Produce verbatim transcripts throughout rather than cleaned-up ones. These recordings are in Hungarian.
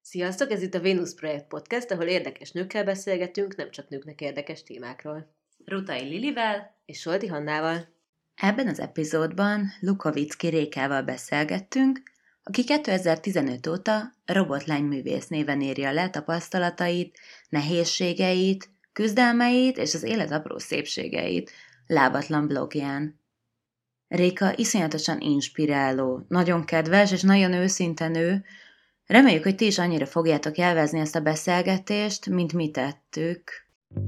Sziasztok, ez itt a Vénusz Projekt Podcast, ahol érdekes nőkkel beszélgetünk, nem csak nőknek érdekes témákról. Rutai Lilivel és Solti Hannával. Ebben az epizódban Lukovicki Rékával beszélgettünk, aki kétezer-tizenöt óta Robotlány művész néven írja le tapasztalatait, nehézségeit, küzdelmeit és az élet apró szépségeit lábatlan blogján. Réka iszonyatosan inspiráló, nagyon kedves és nagyon őszinte nő. Reméljük, hogy ti is annyira fogjátok élvezni ezt a beszélgetést, mint mi tettük.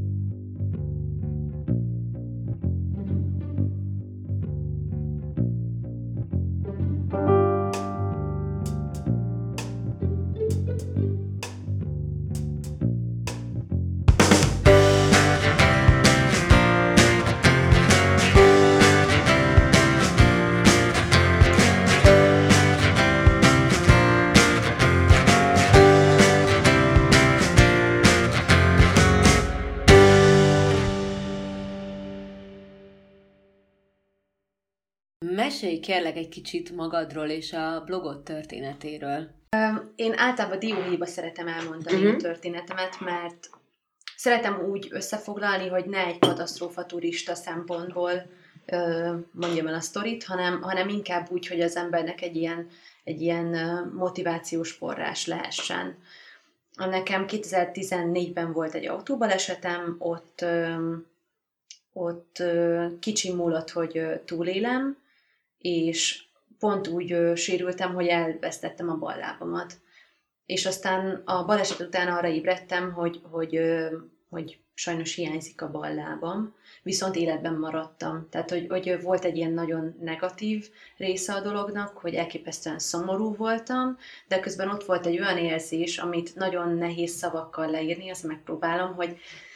Mesélj kérlek egy kicsit magadról és a blogod történetéről. Én általában dióhéjba szeretem elmondani uh-huh. a történetemet, mert szeretem úgy összefoglalni, hogy ne egy katasztrófa turista szempontból ö, mondjam el a sztorit, hanem, hanem inkább úgy, hogy az embernek egy ilyen, egy ilyen motivációs forrás lehessen. Nekem kétezer-tizennégyben volt egy autóbalesetem, ott, ö, ott ö, kicsi múlott, hogy ö, túlélem, és pont úgy ö, sérültem, hogy elvesztettem a bal lábamat. És aztán a baleset után arra ébredtem, hogy, hogy, ö, hogy sajnos hiányzik a bal lábam, viszont életben maradtam. Tehát, hogy, hogy volt egy ilyen nagyon negatív része a dolognak, hogy elképesztően szomorú voltam, de közben ott volt egy olyan érzés, amit nagyon nehéz szavakkal leírni, azt megpróbálom, hogy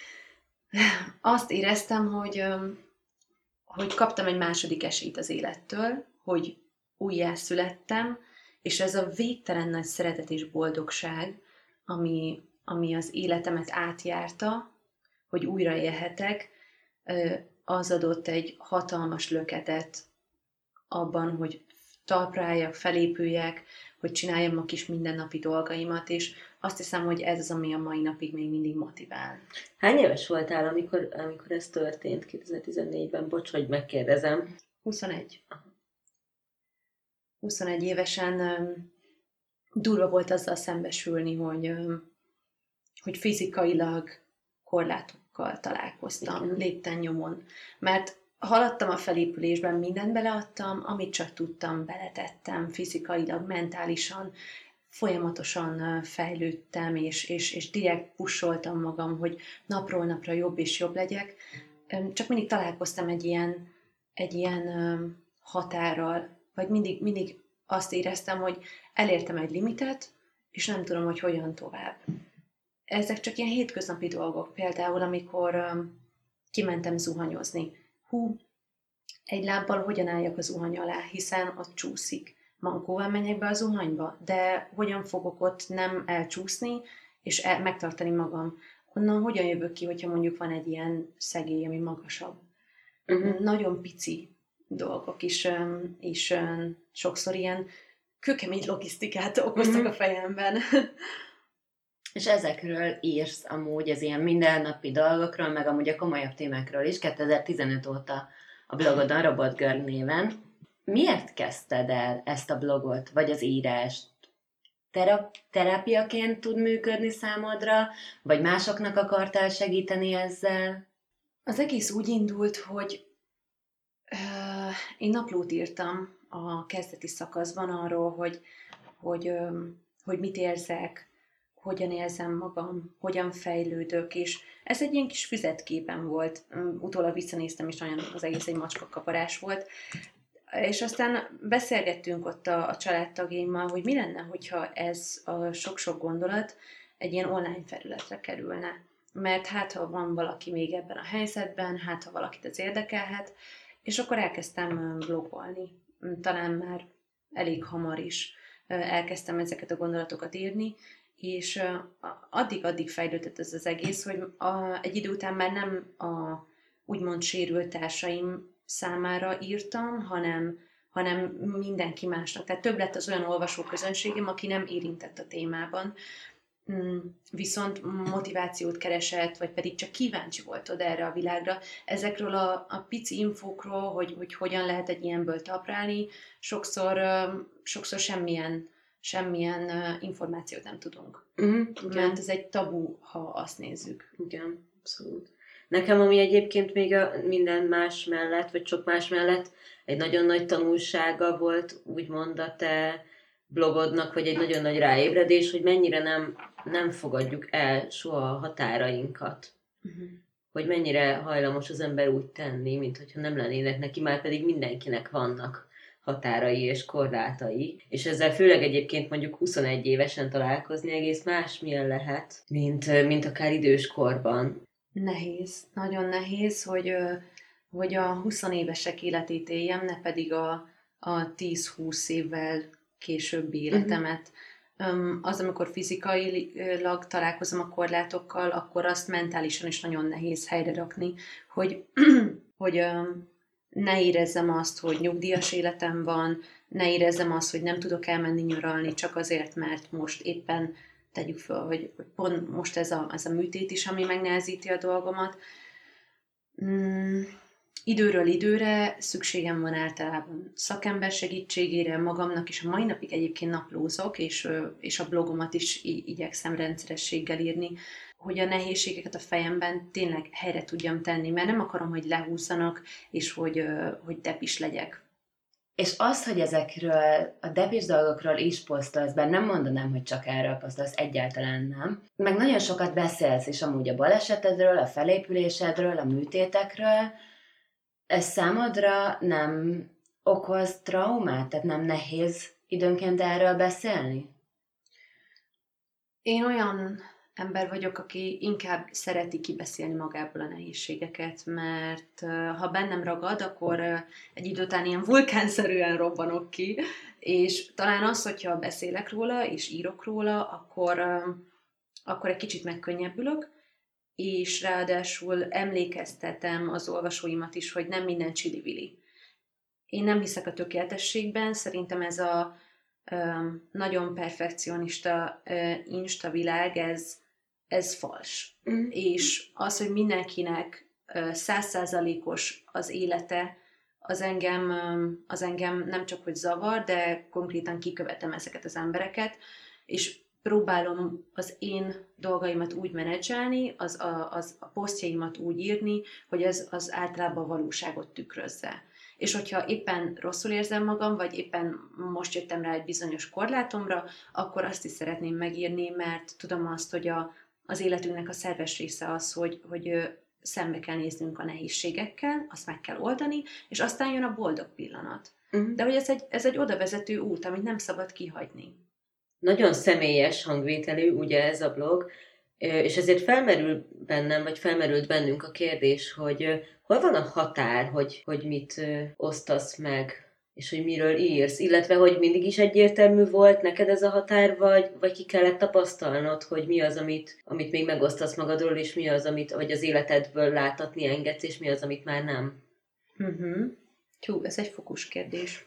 azt éreztem, hogy... Ö, hogy kaptam egy második esélyt az élettől, hogy újjászülettem, és ez a végtelen nagy szeretet és boldogság, ami, ami az életemet átjárta, hogy újra élhetek, az adott egy hatalmas löketet abban, hogy talpra álljak, felépüljek, hogy csináljam a kis mindennapi dolgaimat, és azt hiszem, hogy ez az, ami a mai napig még mindig motivál. Hány éves voltál, amikor, amikor ez történt kétezer-tizennégyben? Bocs, hogy megkérdezem. huszonegy. huszonegy évesen um, durva volt azzal szembesülni, hogy, um, hogy fizikailag korlátokkal találkoztam, Igen. lépten nyomon. Mert haladtam a felépülésben, mindent beleadtam, amit csak tudtam, beletettem fizikailag, mentálisan, folyamatosan fejlődtem, és, és, és direkt pusoltam magam, hogy napról napra jobb és jobb legyek. Csak mindig találkoztam egy ilyen, egy ilyen határral, vagy mindig, mindig azt éreztem, hogy elértem egy limitet, és nem tudom, hogy hogyan tovább. Ezek csak ilyen hétköznapi dolgok. Például, amikor kimentem zuhanyozni. Hú, egy lábbal hogyan álljak a zuhany alá, hiszen ott csúszik. Mankóval menjek be a zuhanyba, de hogyan fogok ott nem elcsúszni, és el, megtartani magam. Onnan hogyan jövök ki, hogyha mondjuk van egy ilyen szegély, ami magasabb. Uh-huh. Nagyon pici dolgok is, és sokszor ilyen kőkemény logisztikát okoztak uh-huh. a fejemben. És ezekről írsz amúgy, az ilyen mindennapi dolgokról, meg amúgy a komolyabb témákról is, kétezer-tizenöt óta a blogodon Robot Girl néven. Miért kezdted el ezt a blogot, vagy az írást? Terap- terápiaként tud működni számodra, vagy másoknak akartál segíteni ezzel? Az egész úgy indult, hogy uh, én naplót írtam a kezdeti szakaszban arról, hogy, hogy, um, hogy mit érzek, hogyan érzem magam, hogyan fejlődök, és ez egy ilyen kis füzetképen volt. Utólag visszanéztem, és olyan az egész egy macskakaparás volt. És aztán beszélgettünk ott a, a családtagjaimmal, hogy mi lenne, hogyha ez a sok-sok gondolat egy ilyen online felületre kerülne. Mert hát, ha van valaki még ebben a helyzetben, hát, ha valakit ez érdekelhet, és akkor elkezdtem blogolni. Talán már elég hamar is elkezdtem ezeket a gondolatokat írni, és addig-addig fejlődött ez az egész, hogy a, egy idő után már nem a úgymond sérült társaim számára írtam, hanem, hanem mindenki másnak. Tehát több lett az olyan olvasóközönségem, aki nem érintett a témában. viszont motivációt keresett, vagy pedig csak kíváncsi volt oda erre a világra. Ezekről a, a pici infókról, hogy, hogy hogyan lehet egy ilyenből taprálni, sokszor, sokszor semmilyen, semmilyen információt nem tudunk. Uh-huh, mert ez egy tabu, ha azt nézzük. Igen, abszolút. Nekem, ami egyébként még a minden más mellett, vagy sok más mellett egy nagyon nagy tanulsága volt, úgymond a te blogodnak, vagy egy nagyon nagy ráébredés, hogy mennyire nem, nem fogadjuk el soha a határainkat. Uh-huh. Hogy mennyire hajlamos az ember úgy tenni, mint hogyha nem lennének neki, már pedig mindenkinek vannak határai és korlátai. És ezzel főleg egyébként mondjuk huszonegy évesen találkozni egész másmilyen lehet, mint, mint akár időskorban. Nehéz, nagyon nehéz, hogy, hogy a huszonévesek életét éljem, ne pedig a, a tíz-húsz évvel későbbi életemet. Uh-huh. Az, amikor fizikailag találkozom a korlátokkal, akkor azt mentálisan is nagyon nehéz helyre rakni, hogy, hogy ne érezzem azt, hogy nyugdíjas életem van, ne érezzem azt, hogy nem tudok elmenni nyaralni csak azért, mert most éppen tegyük föl, hogy pont most ez a, ez a műtét is, ami megnehezíti a dolgomat. Mm, időről időre szükségem van általában szakember segítségére, magamnak is a mai napig egyébként naplózok, és, és a blogomat is igyekszem rendszerességgel írni, hogy a nehézségeket a fejemben tényleg helyre tudjam tenni, mert nem akarom, hogy lehúzzanak, és hogy, hogy depis legyek. És az, hogy ezekről a depis dolgokról is posztolsz, bár nem mondanám, hogy csak erről posztolsz, egyáltalán nem. Meg nagyon sokat beszélsz is amúgy a balesetedről, a felépülésedről, a műtétekről. Ez számodra nem okoz traumát? Tehát nem nehéz időnként erről beszélni? Én olyan ember vagyok, aki inkább szereti kibeszélni magából a nehézségeket, mert ha bennem ragad, akkor egy idő után ilyen vulkánszerűen robbanok ki, és talán az, hogyha beszélek róla, és írok róla, akkor, akkor egy kicsit megkönnyebbülök, és ráadásul emlékeztetem az olvasóimat is, hogy nem minden csili-vili. Én nem hiszek a tökéletességben, szerintem ez a nagyon perfekcionista insta világ, ez ez fals. Mm. És az, hogy mindenkinek száz százalékos az élete, az engem, az engem nem csak hogy zavar, de konkrétan kikövetem ezeket az embereket, és próbálom az én dolgaimat úgy menedzselni, az a, az a posztjaimat úgy írni, hogy ez az általában a valóságot tükrözze. És hogyha éppen rosszul érzem magam, vagy éppen most jöttem rá egy bizonyos korlátomra, akkor azt is szeretném megírni, mert tudom azt, hogy a az életünknek a szerves része az, hogy, hogy szembe kell néznünk a nehézségekkel, azt meg kell oldani, és aztán jön a boldog pillanat. Uh-huh. De hogy ez egy, ez egy odavezető út, amit nem szabad kihagyni. Nagyon személyes hangvételű, ugye ez a blog, és ezért felmerül bennem, vagy felmerült bennünk a kérdés, hogy hol van a határ, hogy, hogy mit osztasz meg, és hogy miről írsz, illetve hogy mindig is egyértelmű volt neked ez a határ, vagy, vagy ki kellett tapasztalnod, hogy mi az, amit, amit még megosztasz magadról, és mi az, amit vagy az életedből láthatni engedsz, és mi az, amit már nem. Uh-huh. Hú, ez egy fokus kérdés.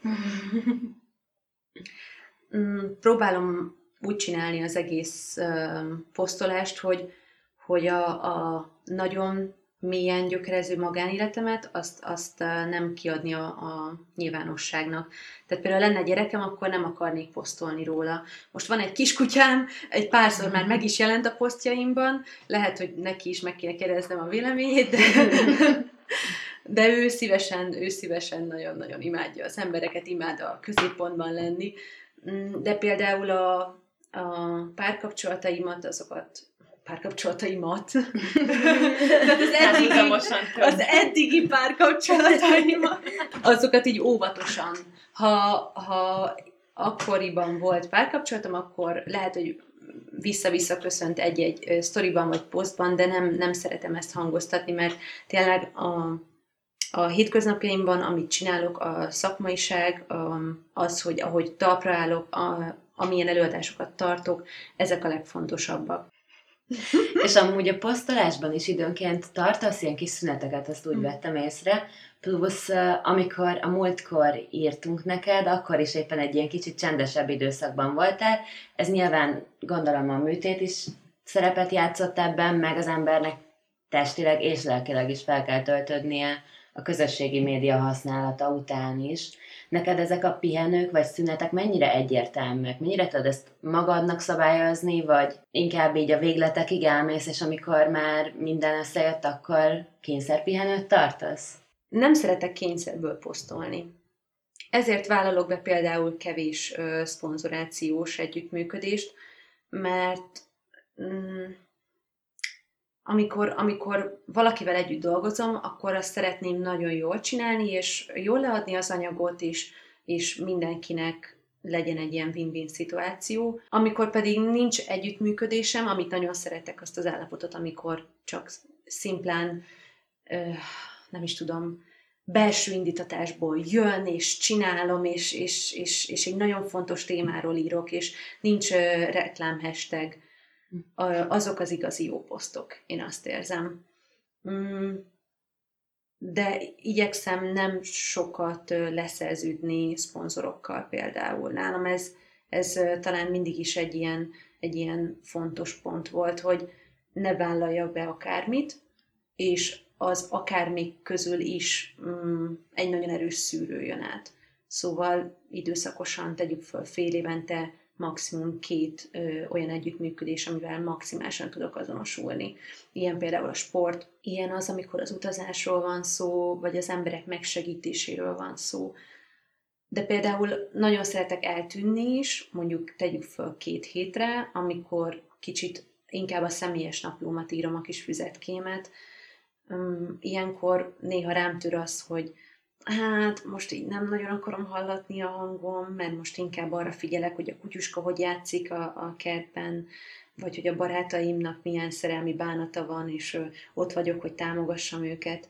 Próbálom úgy csinálni az egész uh, posztolást, hogy, hogy a, a nagyon mélyen gyökerező magánéletemet, azt, azt nem kiadni a, a nyilvánosságnak. Tehát például lenne gyerekem, akkor nem akarnék posztolni róla. Most van egy kiskutyám, egy párszor már meg is jelent a posztjaimban, lehet, hogy neki is meg kéne kérdeznem a véleményét, de, de ő szívesen, ő szívesen nagyon-nagyon imádja az embereket, imád a középpontban lenni. De például a, a párkapcsolataimat, azokat párkapcsolataimat. Tehát az eddigi, az eddigi párkapcsolataimat, azokat így óvatosan. Ha, ha akkoriban volt párkapcsolatom, akkor lehet, hogy vissza-vissza köszönt egy-egy sztoriban vagy posztban, de nem, nem szeretem ezt hangoztatni, mert tényleg a, a hétköznapjaimban, amit csinálok, a szakmaiság, az, hogy ahogy talpra állok, a, amilyen előadásokat tartok, ezek a legfontosabbak. És amúgy a posztolásban is időnként tartasz ilyen kis szüneteket, azt úgy vettem észre, plusz amikor a múltkor írtunk neked, akkor is éppen egy ilyen kicsit csendesebb időszakban voltál. Ez nyilván gondolom a műtét is szerepet játszott ebben, meg az embernek testileg és lelkileg is fel kell töltödnie a közösségi média használata után is. Neked ezek a pihenők vagy szünetek mennyire egyértelműek? Mennyire tudod ezt magadnak szabályozni, vagy inkább így a végletekig elmész, és amikor már minden összejött, akkor kényszerpihenőt tartasz? Nem szeretek kényszerből posztolni. Ezért vállalok be például kevés ö, szponzorációs együttműködést, mert mm, amikor, amikor valakivel együtt dolgozom, akkor azt szeretném nagyon jól csinálni, és jól leadni az anyagot is, és mindenkinek legyen egy ilyen win-win szituáció. Amikor pedig nincs együttműködésem, amit nagyon szeretek, azt az állapotot, amikor csak szimplán, ö, nem is tudom, belső indítatásból jön, és csinálom, és, és, és, és egy nagyon fontos témáról írok, és nincs ö, reklám hashtag, azok az igazi jó posztok, én azt érzem. De igyekszem nem sokat leszerződni szponzorokkal például. Nálam ez, ez talán mindig is egy ilyen, egy ilyen fontos pont volt, hogy ne vállaljak be akármit, és az akármik közül is mm, egy nagyon erős szűrő jön át. Szóval időszakosan tegyük föl fél évente maximum két ö, olyan együttműködés, amivel maximálisan tudok azonosulni. Ilyen például a sport, ilyen az, amikor az utazásról van szó, vagy az emberek megsegítéséről van szó. De például nagyon szeretek eltűnni is, mondjuk tegyük föl két hétre, amikor kicsit inkább a személyes naplómat írom, a kis füzetkémet. Ilyenkor néha rám tör az, hogy hát most így nem nagyon akarom hallatni a hangom, mert most inkább arra figyelek, hogy a kutyuska hogy játszik a, a kertben, vagy hogy a barátaimnak milyen szerelmi bánata van, és ott vagyok, hogy támogassam őket.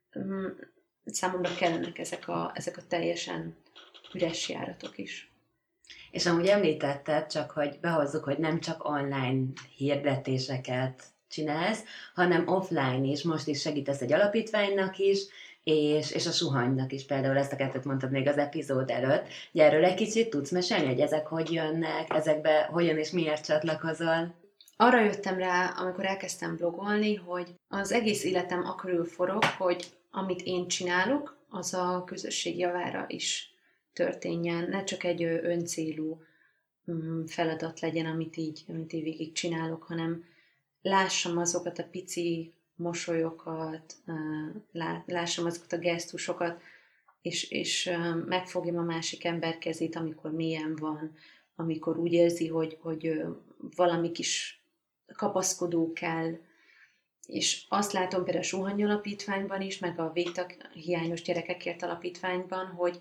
Számomra kellenek ezek a, ezek a teljesen üres járatok is. És amúgy említetted, csak hogy behozzuk, hogy nem csak online hirdetéseket csinálsz, hanem offline is, most is segítesz egy alapítványnak is, és, és a Suhanynak is például, ezt a kettőt mondtad még az epizód előtt. Ugye erről egy kicsit tudsz mesélni, hogy ezek hogy jönnek, ezekbe hogyan és miért csatlakozol? Arra jöttem rá, amikor elkezdtem blogolni, hogy az egész életem akörül forog, hogy amit én csinálok, az a közösség javára is történjen. Ne csak egy öncélú feladat legyen, amit így, amit így végig csinálok, hanem lássam azokat a pici mosolyokat, lássam azokat a gesztusokat, és, és megfogjam a másik ember kezét, amikor mélyen van, amikor úgy érzi, hogy, hogy valami kis kapaszkodó kell. És azt látom például a Suhany alapítványban is, meg a végtag hiányos gyerekekért alapítványban, hogy,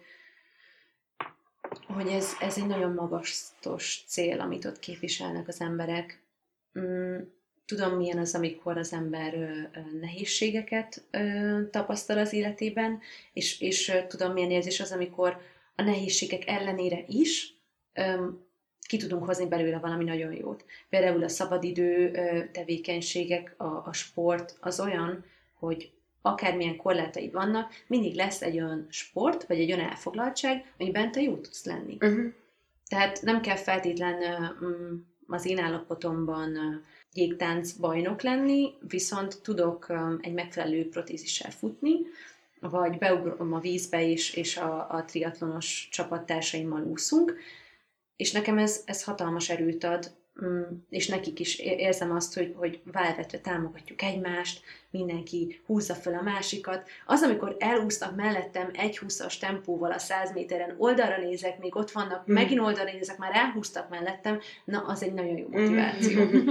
hogy ez, ez egy nagyon magastos cél, amit ott képviselnek az emberek. Tudom, milyen az, amikor az ember ö, ö, nehézségeket ö, tapasztal az életében, és, és ö, tudom, milyen érzés az, amikor a nehézségek ellenére is ö, ki tudunk hozni belőle valami nagyon jót. Például a szabadidő ö, tevékenységek, a, a sport az olyan, hogy akármilyen korlátai vannak, mindig lesz egy olyan sport, vagy egy olyan elfoglaltság, amiben te jó tudsz lenni. Uh-huh. Tehát nem kell feltétlen ö, az én állapotomban jégtánc bajnok lenni, viszont tudok egy megfelelő protézissel futni, vagy beugrom a vízbe, és, és a, a triatlonos csapattársaimmal úszunk, és nekem ez, ez hatalmas erőt ad, és nekik is érzem azt, hogy, hogy válvetve támogatjuk egymást, mindenki húzza föl a másikat. Az, amikor elúsznak mellettem egy húszas tempóval a száz méteren, oldalra nézek, még ott vannak, mm. megint oldalra nézek, már elhúztak mellettem, na, az egy nagyon jó motiváció. Mm.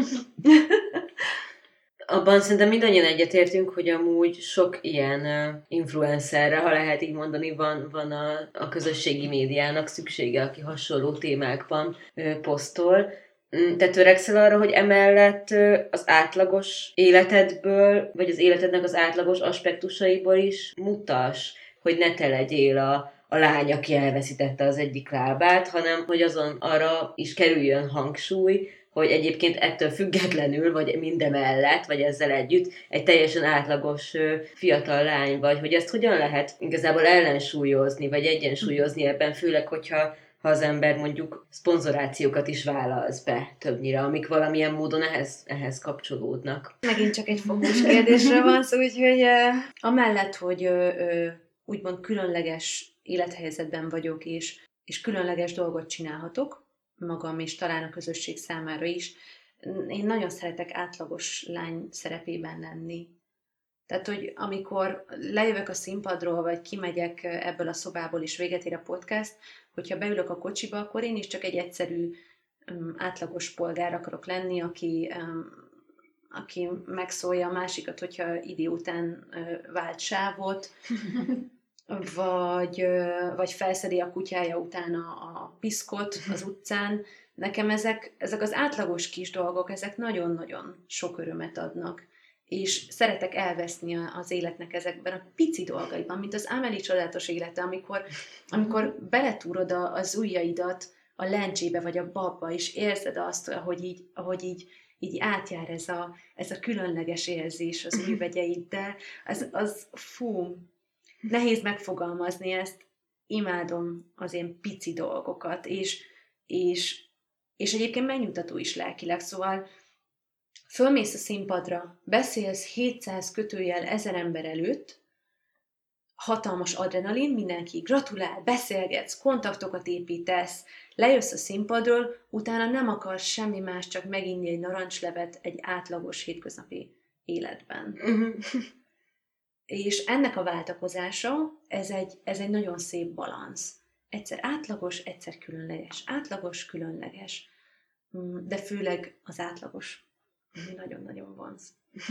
Abban szerintem mindannyian egyetértünk, hogy amúgy sok ilyen uh, influencerre, ha lehet így mondani, van, van a, a közösségi médiának szüksége, aki hasonló témákban uh, posztol. Te törekszel arra, hogy emellett az átlagos életedből, vagy az életednek az átlagos aspektusaiból is mutass, hogy ne te legyél a, a lány, aki elveszítette az egyik lábát, hanem hogy azon arra is kerüljön hangsúly, hogy egyébként ettől függetlenül, vagy mindemellett, vagy ezzel együtt egy teljesen átlagos fiatal lány vagy, hogy ezt hogyan lehet igazából ellensúlyozni, vagy egyensúlyozni ebben, főleg, hogyha ha az ember mondjuk szponzorációkat is vállalsz be többnyire, amik valamilyen módon ehhez, ehhez kapcsolódnak. Megint csak egy fokos kérdésre van szó, úgyhogy uh, amellett, hogy uh, uh, úgymond különleges élethelyzetben vagyok, és, és különleges dolgot csinálhatok magam, és talán a közösség számára is, én nagyon szeretek átlagos lány szerepében lenni. Tehát, hogy amikor lejövök a színpadról, vagy kimegyek ebből a szobából, és véget ér a podcast, hogyha beülök a kocsiba, akkor én is csak egy egyszerű, um, átlagos polgár akarok lenni, aki, um, aki megszólja a másikat, hogyha idő után uh, vált sávot, vagy, uh, vagy felszedi a kutyája után a, a piszkot az utcán. Nekem ezek, ezek az átlagos kis dolgok, ezek nagyon-nagyon sok örömet adnak. És szeretek elveszni az életnek ezekben a pici dolgaiban, mint az Amélie csodálatos élete, amikor, amikor beletúrod az ujjaidat a lencsébe vagy a babba, és érzed azt, ahogy így, ahogy így, így átjár ez a, ez a különleges érzés az művegyeiddel. Az, az fú, nehéz megfogalmazni ezt, imádom az ilyen pici dolgokat, és, és, és egyébként megnyugtató is lelkileg, szóval fölmész a színpadra, beszélsz hétszáz kötőjel ezer ember előtt, hatalmas adrenalin, mindenki gratulál, beszélgetsz, kontaktokat építesz, lejössz a színpadról, utána nem akarsz semmi más, csak meginni egy narancslevet egy átlagos hétköznapi életben. Uh-huh. És ennek a váltakozása, ez egy, ez egy nagyon szép balansz. Egyszer átlagos, egyszer különleges. Átlagos, különleges. De főleg az átlagos. Ami nagyon-nagyon vonz.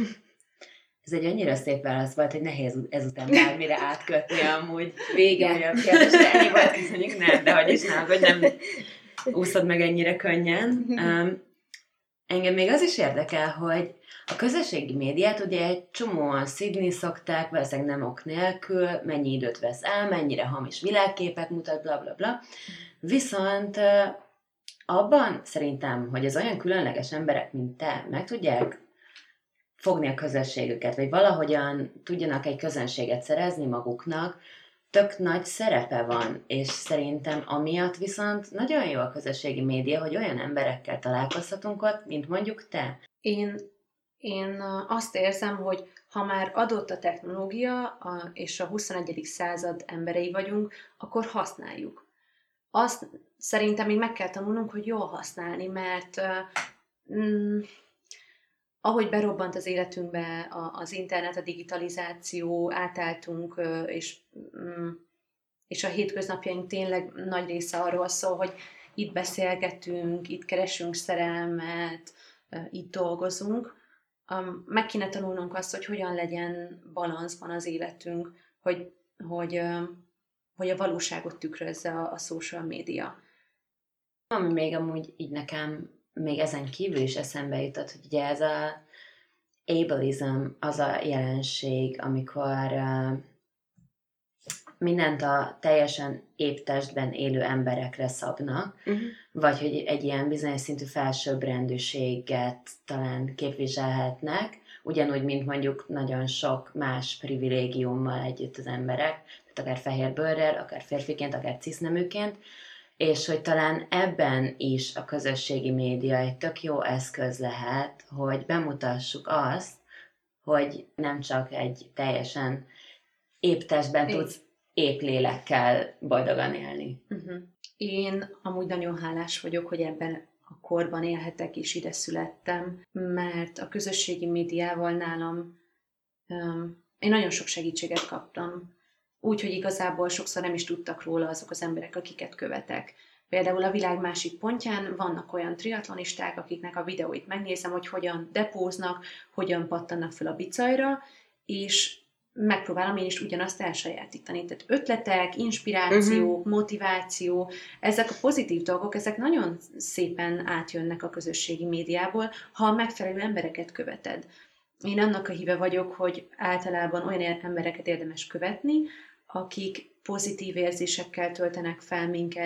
Ez egy annyira szép válasz volt, hogy nehéz ezután bármire átkötni amúgy. Vége olyan kérdés, de ennyi volt, köszönjük, nem, de hogy is nem, hogy nem úszod meg ennyire könnyen. Um, engem még az is érdekel, hogy a közösségi médiát ugye egy csomóan szidni szokták, valószínűleg nem ok nélkül, mennyi időt vesz el, mennyire hamis világképet mutat, bla bla bla. Viszont abban szerintem, hogy az olyan különleges emberek, mint te, meg tudják fogni a közösségüket, vagy valahogyan tudjanak egy közönséget szerezni maguknak, tök nagy szerepe van, és szerintem amiatt viszont nagyon jó a közösségi média, hogy olyan emberekkel találkozhatunk ott, mint mondjuk te. Én, én azt érzem, hogy ha már adott a technológia, a, és a huszonegyedik század emberei vagyunk, akkor használjuk. Azt szerintem még meg kell tanulnunk, hogy jól használni, mert mm, ahogy berobbant az életünkbe az internet, a digitalizáció, átálltunk, és, mm, és a hétköznapjaink tényleg nagy része arról szól, hogy itt beszélgetünk, itt keresünk szerelmet, itt dolgozunk. Meg kéne tanulnunk azt, hogy hogyan legyen balanszban az életünk, hogy, hogy, hogy a valóságot tükrözze a, a social media. Ami még amúgy így nekem még ezen kívül is eszembe jutott, hogy ugye ez a ableism, az a jelenség, amikor uh, mindent a teljesen épp testben élő emberekre szabnak, uh-huh. vagy hogy egy ilyen bizonyos szintű felsőbbrendűséget talán képviselhetnek, ugyanúgy, mint mondjuk nagyon sok más privilégiummal együtt az emberek, tehát akár fehér bőrrel, akár férfiként, akár ciszneműként, és hogy talán ebben is a közösségi média egy tök jó eszköz lehet, hogy bemutassuk azt, hogy nem csak egy teljesen épp testben é. tudsz épp lélekkel boldogan élni. Uh-huh. Én amúgy nagyon hálás vagyok, hogy ebben a korban élhetek és ide születtem, mert a közösségi médiával nálam um, én nagyon sok segítséget kaptam. Úgy, hogy igazából sokszor nem is tudtak róla azok az emberek, akiket követek. Például a világ másik pontján vannak olyan triatlonisták, akiknek a videóit megnézem, hogy hogyan depóznak, hogyan pattannak fel a bicajra, és megpróbálom én is ugyanazt elsajátítani. Tehát ötletek, inspiráció, uh-huh. motiváció, ezek a pozitív dolgok, ezek nagyon szépen átjönnek a közösségi médiából, ha a megfelelő embereket követed. Én annak a híve vagyok, hogy általában olyan embereket érdemes követni, akik pozitív érzésekkel töltenek fel minket,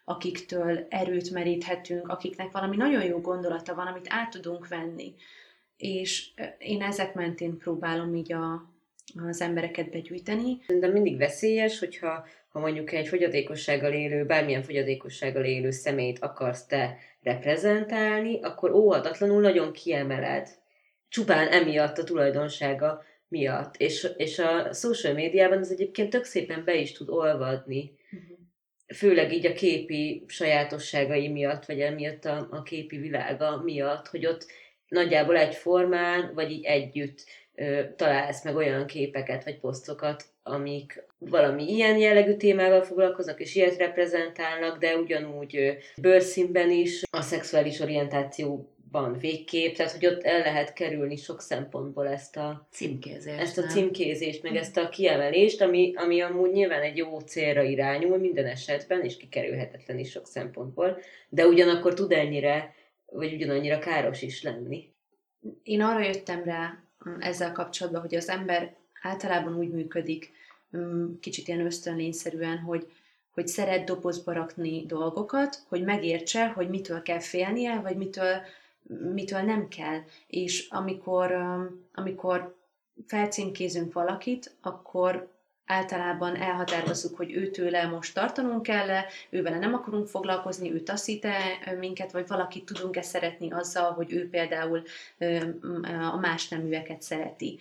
akiktől erőt meríthetünk, akiknek valami nagyon jó gondolata van, amit át tudunk venni. És én ezek mentén próbálom így a, az embereket begyűjteni. De mindig veszélyes, hogyha ha mondjuk egy fogyatékossággal élő, bármilyen fogyatékossággal élő személyt akarsz te reprezentálni, akkor óhatatlanul nagyon kiemeled. Csupán emiatt a tulajdonsága miatt. És, és a social médiában az egyébként tök szépen be is tud olvadni. Uh-huh. Főleg így a képi sajátosságai miatt, vagy emiatt a, a képi világa miatt, hogy ott nagyjából egyformán, vagy így együtt ö, találsz meg olyan képeket, vagy posztokat, amik valami ilyen jellegű témával foglalkoznak, és ilyet reprezentálnak, de ugyanúgy ö, bőrszínben is, a szexuális orientációban végképp, tehát hogy ott el lehet kerülni sok szempontból ezt a címkézést, ezt a nem? címkézést, meg ezt a kiemelést, ami, ami amúgy nyilván egy jó célra irányul minden esetben, és kikerülhetetlen is sok szempontból, de ugyanakkor tud ennyire, vagy ugyanannyira káros is lenni. Én arra jöttem rá ezzel kapcsolatban, hogy az ember általában úgy működik, kicsit ilyen ösztönlényszerűen, hogy, hogy szeret dobozba rakni dolgokat, hogy megértse, hogy mitől kell félnie, vagy mitől, mitől nem kell. És amikor, amikor felcímkézünk valakit, akkor általában elhatározzuk, hogy őtőle most tartanunk kell-e, ővele nem akarunk foglalkozni, ő taszít-e minket, vagy valakit tudunk-e szeretni azzal, hogy ő például a más neműeket szereti.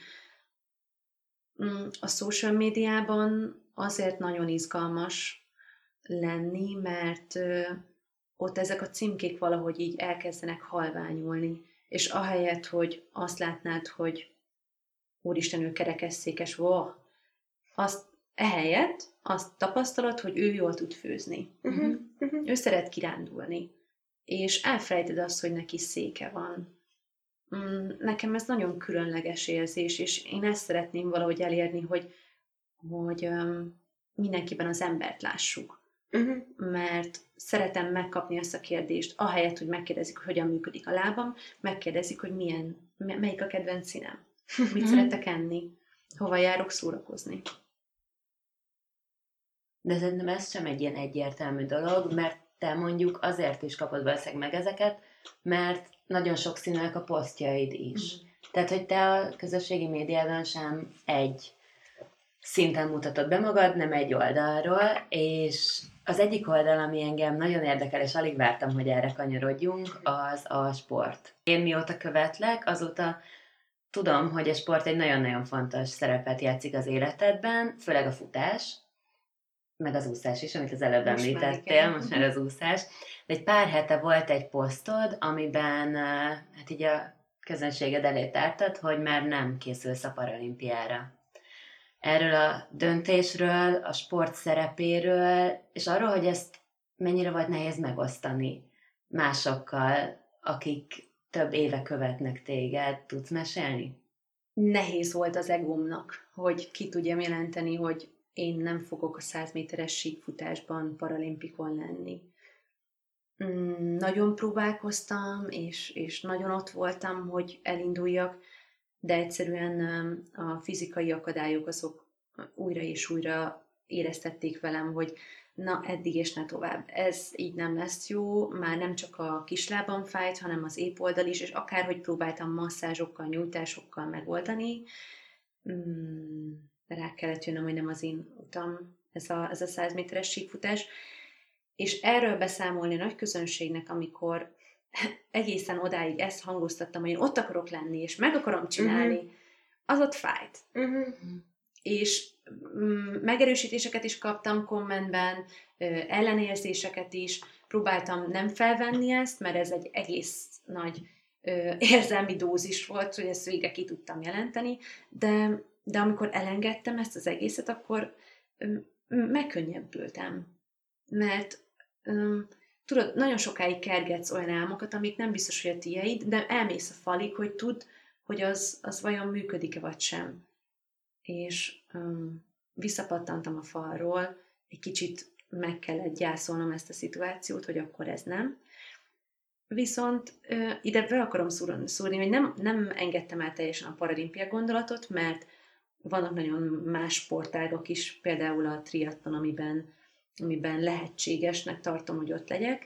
A social médiában azért nagyon izgalmas lenni, mert ott ezek a címkék valahogy így elkezdenek halványulni, és ahelyett, hogy azt látnád, hogy úristen, ő kerekesszékes, wow, azt ehelyett azt tapasztalod, hogy ő jól tud főzni. Uh-huh. Uh-huh. Ő szeret kirándulni. És elfelejted azt, hogy neki széke van. Nekem ez nagyon különleges érzés, és én ezt szeretném valahogy elérni, hogy, hogy um, mindenkiben az embert lássuk. Uh-huh. Mert szeretem megkapni ezt a kérdést, ahelyett, hogy megkérdezik, hogy hogyan működik a lábam, megkérdezik, hogy milyen, melyik a kedvenc színem. Mit szeretek enni? Hova járok szórakozni? De szerintem ez sem egy ilyen egyértelmű dolog, mert te mondjuk azért is kapod valószínűleg meg ezeket, mert nagyon sokszínűek a posztjaid is. Mm. Tehát, hogy te a közösségi médiádon sem egy szinten mutatod be magad, nem egy oldalról, és az egyik oldal, ami engem nagyon érdekel, és alig vártam, hogy erre kanyarodjunk, az a sport. Én mióta követlek, azóta tudom, hogy a sport egy nagyon-nagyon fontos szerepet játszik az életedben, főleg a futás, meg az úszás is, amit az előbb most említettél, már most már az úszás. De egy pár hete volt egy posztod, amiben hát így a közönséged elé tártad, hogy már nem készülsz a paralimpiára. Erről a döntésről, a sport szerepéről, és arról, hogy ezt mennyire volt nehéz megosztani másokkal, akik több éve követnek téged, tudsz mesélni? Nehéz volt az egómnak, hogy ki tudjam jelenteni, hogy én nem fogok a száz méteres síkfutásban paralimpikon lenni. Mm, nagyon próbálkoztam, és, és nagyon ott voltam, hogy elinduljak, de egyszerűen a fizikai akadályok azok újra és újra éreztették velem, hogy na, eddig és ne tovább. Ez így nem lesz jó, már nem csak a kislábam fájt, hanem az épp oldal is, és akárhogy próbáltam masszázsokkal, nyújtásokkal megoldani, mm, rá kellett jönnöm, hogy nem az én utam ez a, ez a száz méteres síkfutás. És erről beszámolni a nagy közönségnek, amikor egészen odáig ezt hangoztattam, hogy én ott akarok lenni, és meg akarom csinálni, uh-huh. az ott fájt. Uh-huh. És mm, megerősítéseket is kaptam kommentben, ellenérzéseket is, próbáltam nem felvenni ezt, mert ez egy egész nagy ö, érzelmi dózis volt, hogy ezt végre ki tudtam jelenteni, de, de amikor elengedtem ezt az egészet, akkor ö, megkönnyebbültem. Mert ö, tudod, nagyon sokáig kergetsz olyan álmokat, amik nem biztos, hogy a tiéd, de elmész a falig, hogy tudd, hogy az, az vajon működik-e vagy sem. És um, visszapattantam a falról, egy kicsit meg kellett gyászolnom ezt a szituációt, hogy akkor ez nem. Viszont uh, ide be akarom szúrni, hogy nem, nem engedtem el teljesen a paralimpia gondolatot, mert vannak nagyon más sportágak is, például a triatlon, amiben amiben lehetségesnek tartom, hogy ott legyek.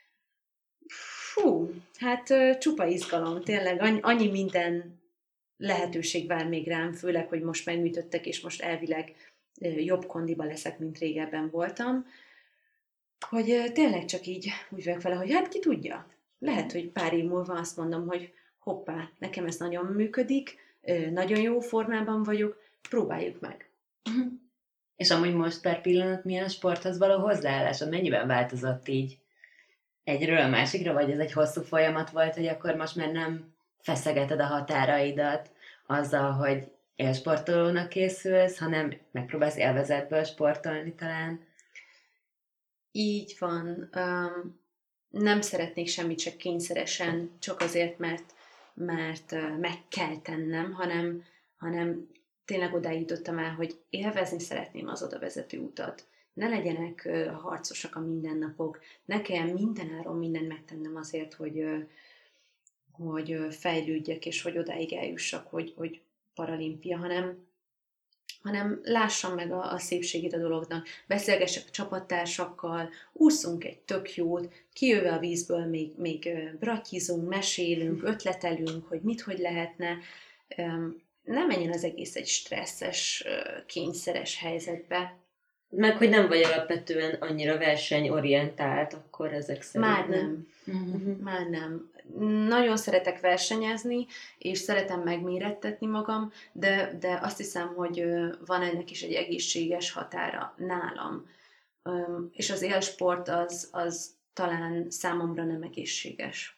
Fú, hát ö, csupa izgalom, tényleg annyi, annyi minden lehetőség vár még rám, főleg, hogy most megműtöttek, és most elvileg ö, jobb kondiba leszek, mint régebben voltam, hogy ö, tényleg csak így úgy vagyok vele, hogy hát ki tudja. Lehet, hogy pár év múlva azt mondom, hogy hoppá, nekem ez nagyon működik, ö, nagyon jó formában vagyok, próbáljuk meg. És amúgy most per pillanat milyen a sporthoz való hozzáállásod? Mennyiben változott így egyről a másikra, vagy ez egy hosszú folyamat volt, hogy akkor most már nem feszegeted a határaidat azzal, hogy élsportolónak készülsz, hanem megpróbálsz élvezetből sportolni talán? Így van. Um, nem szeretnék semmit se kényszeresen, csak azért, mert, mert uh, meg kell tennem, hanem, hanem tényleg odáig jutottam el, hogy élvezni szeretném az oda vezető utat. Ne legyenek uh, harcosak a mindennapok, ne kelljen mindenáron mindent megtennem azért, hogy, uh, hogy uh, fejlődjek, és hogy odáig eljussak, hogy, hogy paralimpia, hanem hanem lássam meg a, a szépségét a dolognak, beszélgessek a csapattársakkal, ússzunk egy tök jót, kijöve a vízből még, még brattyizunk, mesélünk, ötletelünk, hogy mit, hogy lehetne. Nem menjen az egész egy stresszes, kényszeres helyzetbe. Meg, hogy nem vagy alapvetően annyira versenyorientált, akkor ezek szerint. Már nem. Uh-huh. Már nem. Nagyon szeretek versenyezni, és szeretem megmérettetni magam, de, de azt hiszem, hogy van ennek is egy egészséges határa nálam. És az élsport az, az talán számomra nem egészséges.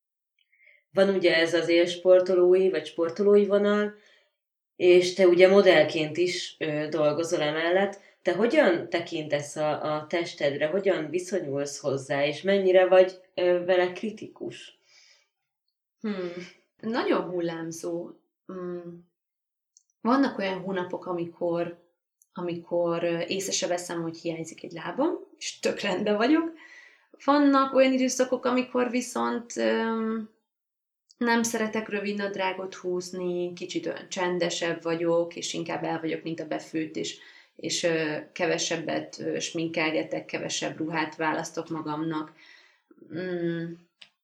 Van ugye ez az élsportolói, vagy sportolói vonal, és te ugye modellként is ö, dolgozol emellett. Te hogyan tekintesz a, a testedre, hogyan viszonyulsz hozzá, és mennyire vagy ö, vele kritikus? Hmm. Nagyon hullámzó. Hmm. Vannak olyan hónapok, amikor, amikor észre se veszem, hogy hiányzik egy lábam, és tök rendben vagyok. Vannak olyan időszakok, amikor viszont um, nem szeretek rövid nadrágot húzni, kicsit olyan csendesebb vagyok, és inkább el vagyok, mint a befőtt, és, és uh, kevesebbet uh, sminkelgetek, kevesebb ruhát választok magamnak. Hmm.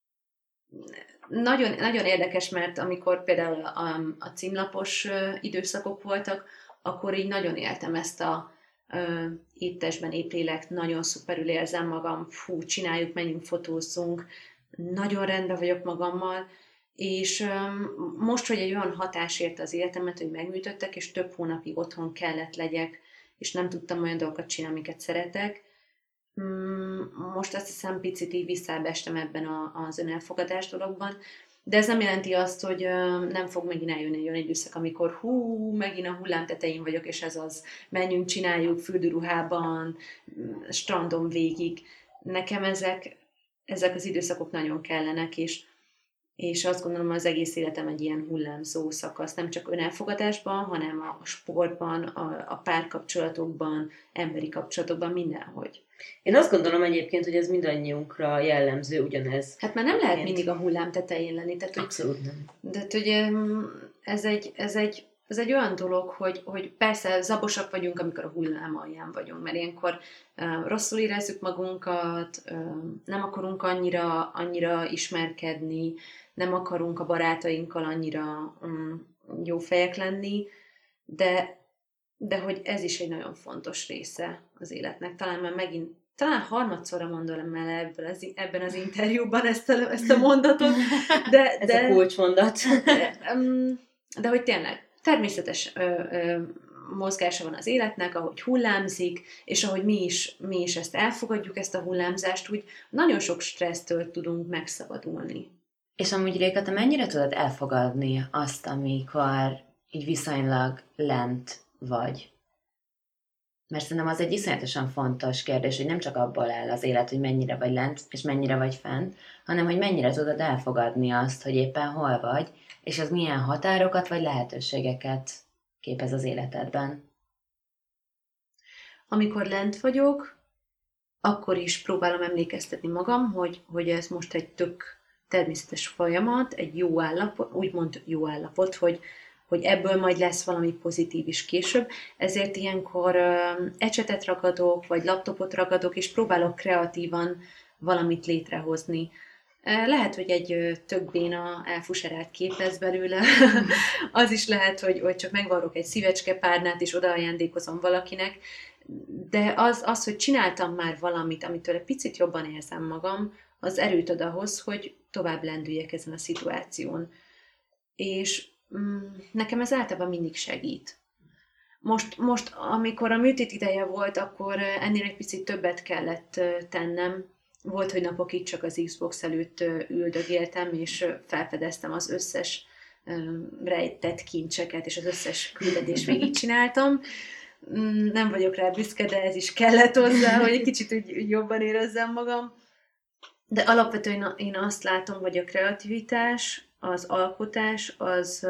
Nagyon, nagyon érdekes, mert amikor például a, a címlapos uh, időszakok voltak, akkor így nagyon éltem ezt a uh, épp testben, épp lélek, nagyon szuperül érzem magam, fú, csináljuk, menjünk, fotózzunk, nagyon rendben vagyok magammal, és um, most, hogy egy olyan hatás érte az életemet, hogy megműtöttek, és több hónapig otthon kellett legyek, és nem tudtam olyan dolgokat csinálni, amiket szeretek, most azt hiszem picit így visszábestem ebben a, az önelfogadás dologban, de ez nem jelenti azt, hogy nem fog megint eljönni egy olyan időszak, amikor hú, megint a hullám tetején vagyok, és ez az, menjünk, csináljuk fürdőruhában, strandon végig. Nekem ezek, ezek az időszakok nagyon kellenek, és, és azt gondolom, az egész életem egy ilyen hullámzó szakasz, nem csak önelfogadásban, hanem a sportban, a, a párkapcsolatokban, emberi kapcsolatokban, mindenhogy. Én azt gondolom egyébként, hogy ez mindannyiunkra jellemző ugyanez. Hát már nem lehet mindig a hullám tetején lenni. Tehát, hogy, abszolút nem. De hogy ez egy, ez egy, ez egy olyan dolog, hogy, hogy persze zabosak vagyunk, amikor a hullám alján vagyunk, mert ilyenkor uh, rosszul érezzük magunkat, uh, nem akarunk annyira, annyira ismerkedni, nem akarunk a barátainkkal annyira um, jó fejek lenni, de de hogy ez is egy nagyon fontos része az életnek. Talán már megint, talán harmadszorra mondom el ebből az, ebben az interjúban ezt a, ezt a mondatot, de... Ez de, a kulcsmondat. De, de hogy tényleg természetes ö, ö, mozgása van az életnek, ahogy hullámzik, és ahogy mi is, mi is ezt elfogadjuk, ezt a hullámzást, úgy nagyon sok stressztől tudunk megszabadulni. És amúgy Réka, te mennyire tudod elfogadni azt, amikor így viszonylag lent vagy? Mert szerintem az egy iszonyatosan fontos kérdés, hogy nem csak abból áll az élet, hogy mennyire vagy lent, és mennyire vagy fent, hanem hogy mennyire tudod elfogadni azt, hogy éppen hol vagy, és az milyen határokat vagy lehetőségeket képez az életedben. Amikor lent vagyok, akkor is próbálom emlékeztetni magam, hogy, hogy ez most egy tök természetes folyamat, egy jó állapot, úgymond jó állapot, hogy hogy ebből majd lesz valami pozitív is később, ezért ilyenkor uh, ecsetet ragadok, vagy laptopot ragadok, és próbálok kreatívan valamit létrehozni. Lehet, hogy egy tök béna elfuserált kép lesz belőle, az is lehet, hogy, hogy csak megvarrok egy szívecskepárnát, és odaajándékozom valakinek, de az, az, hogy csináltam már valamit, amitől egy picit jobban érzem magam, az erőt ad ahhoz, hogy tovább lendüljek ezen a szituáción. És mm, nekem ez általában mindig segít. Most, most, amikor a műtét ideje volt, akkor ennél egy picit többet kellett tennem. Volt, hogy napokig csak az Xbox előtt üldögéltem, és felfedeztem az összes rejtett kincseket, és az összes küldetést végigcsináltam. Nem vagyok rá büszke, de ez is kellett hozzá, hogy egy kicsit úgy jobban érezzem magam. De alapvetően én azt látom, hogy a kreativitás, az alkotás, az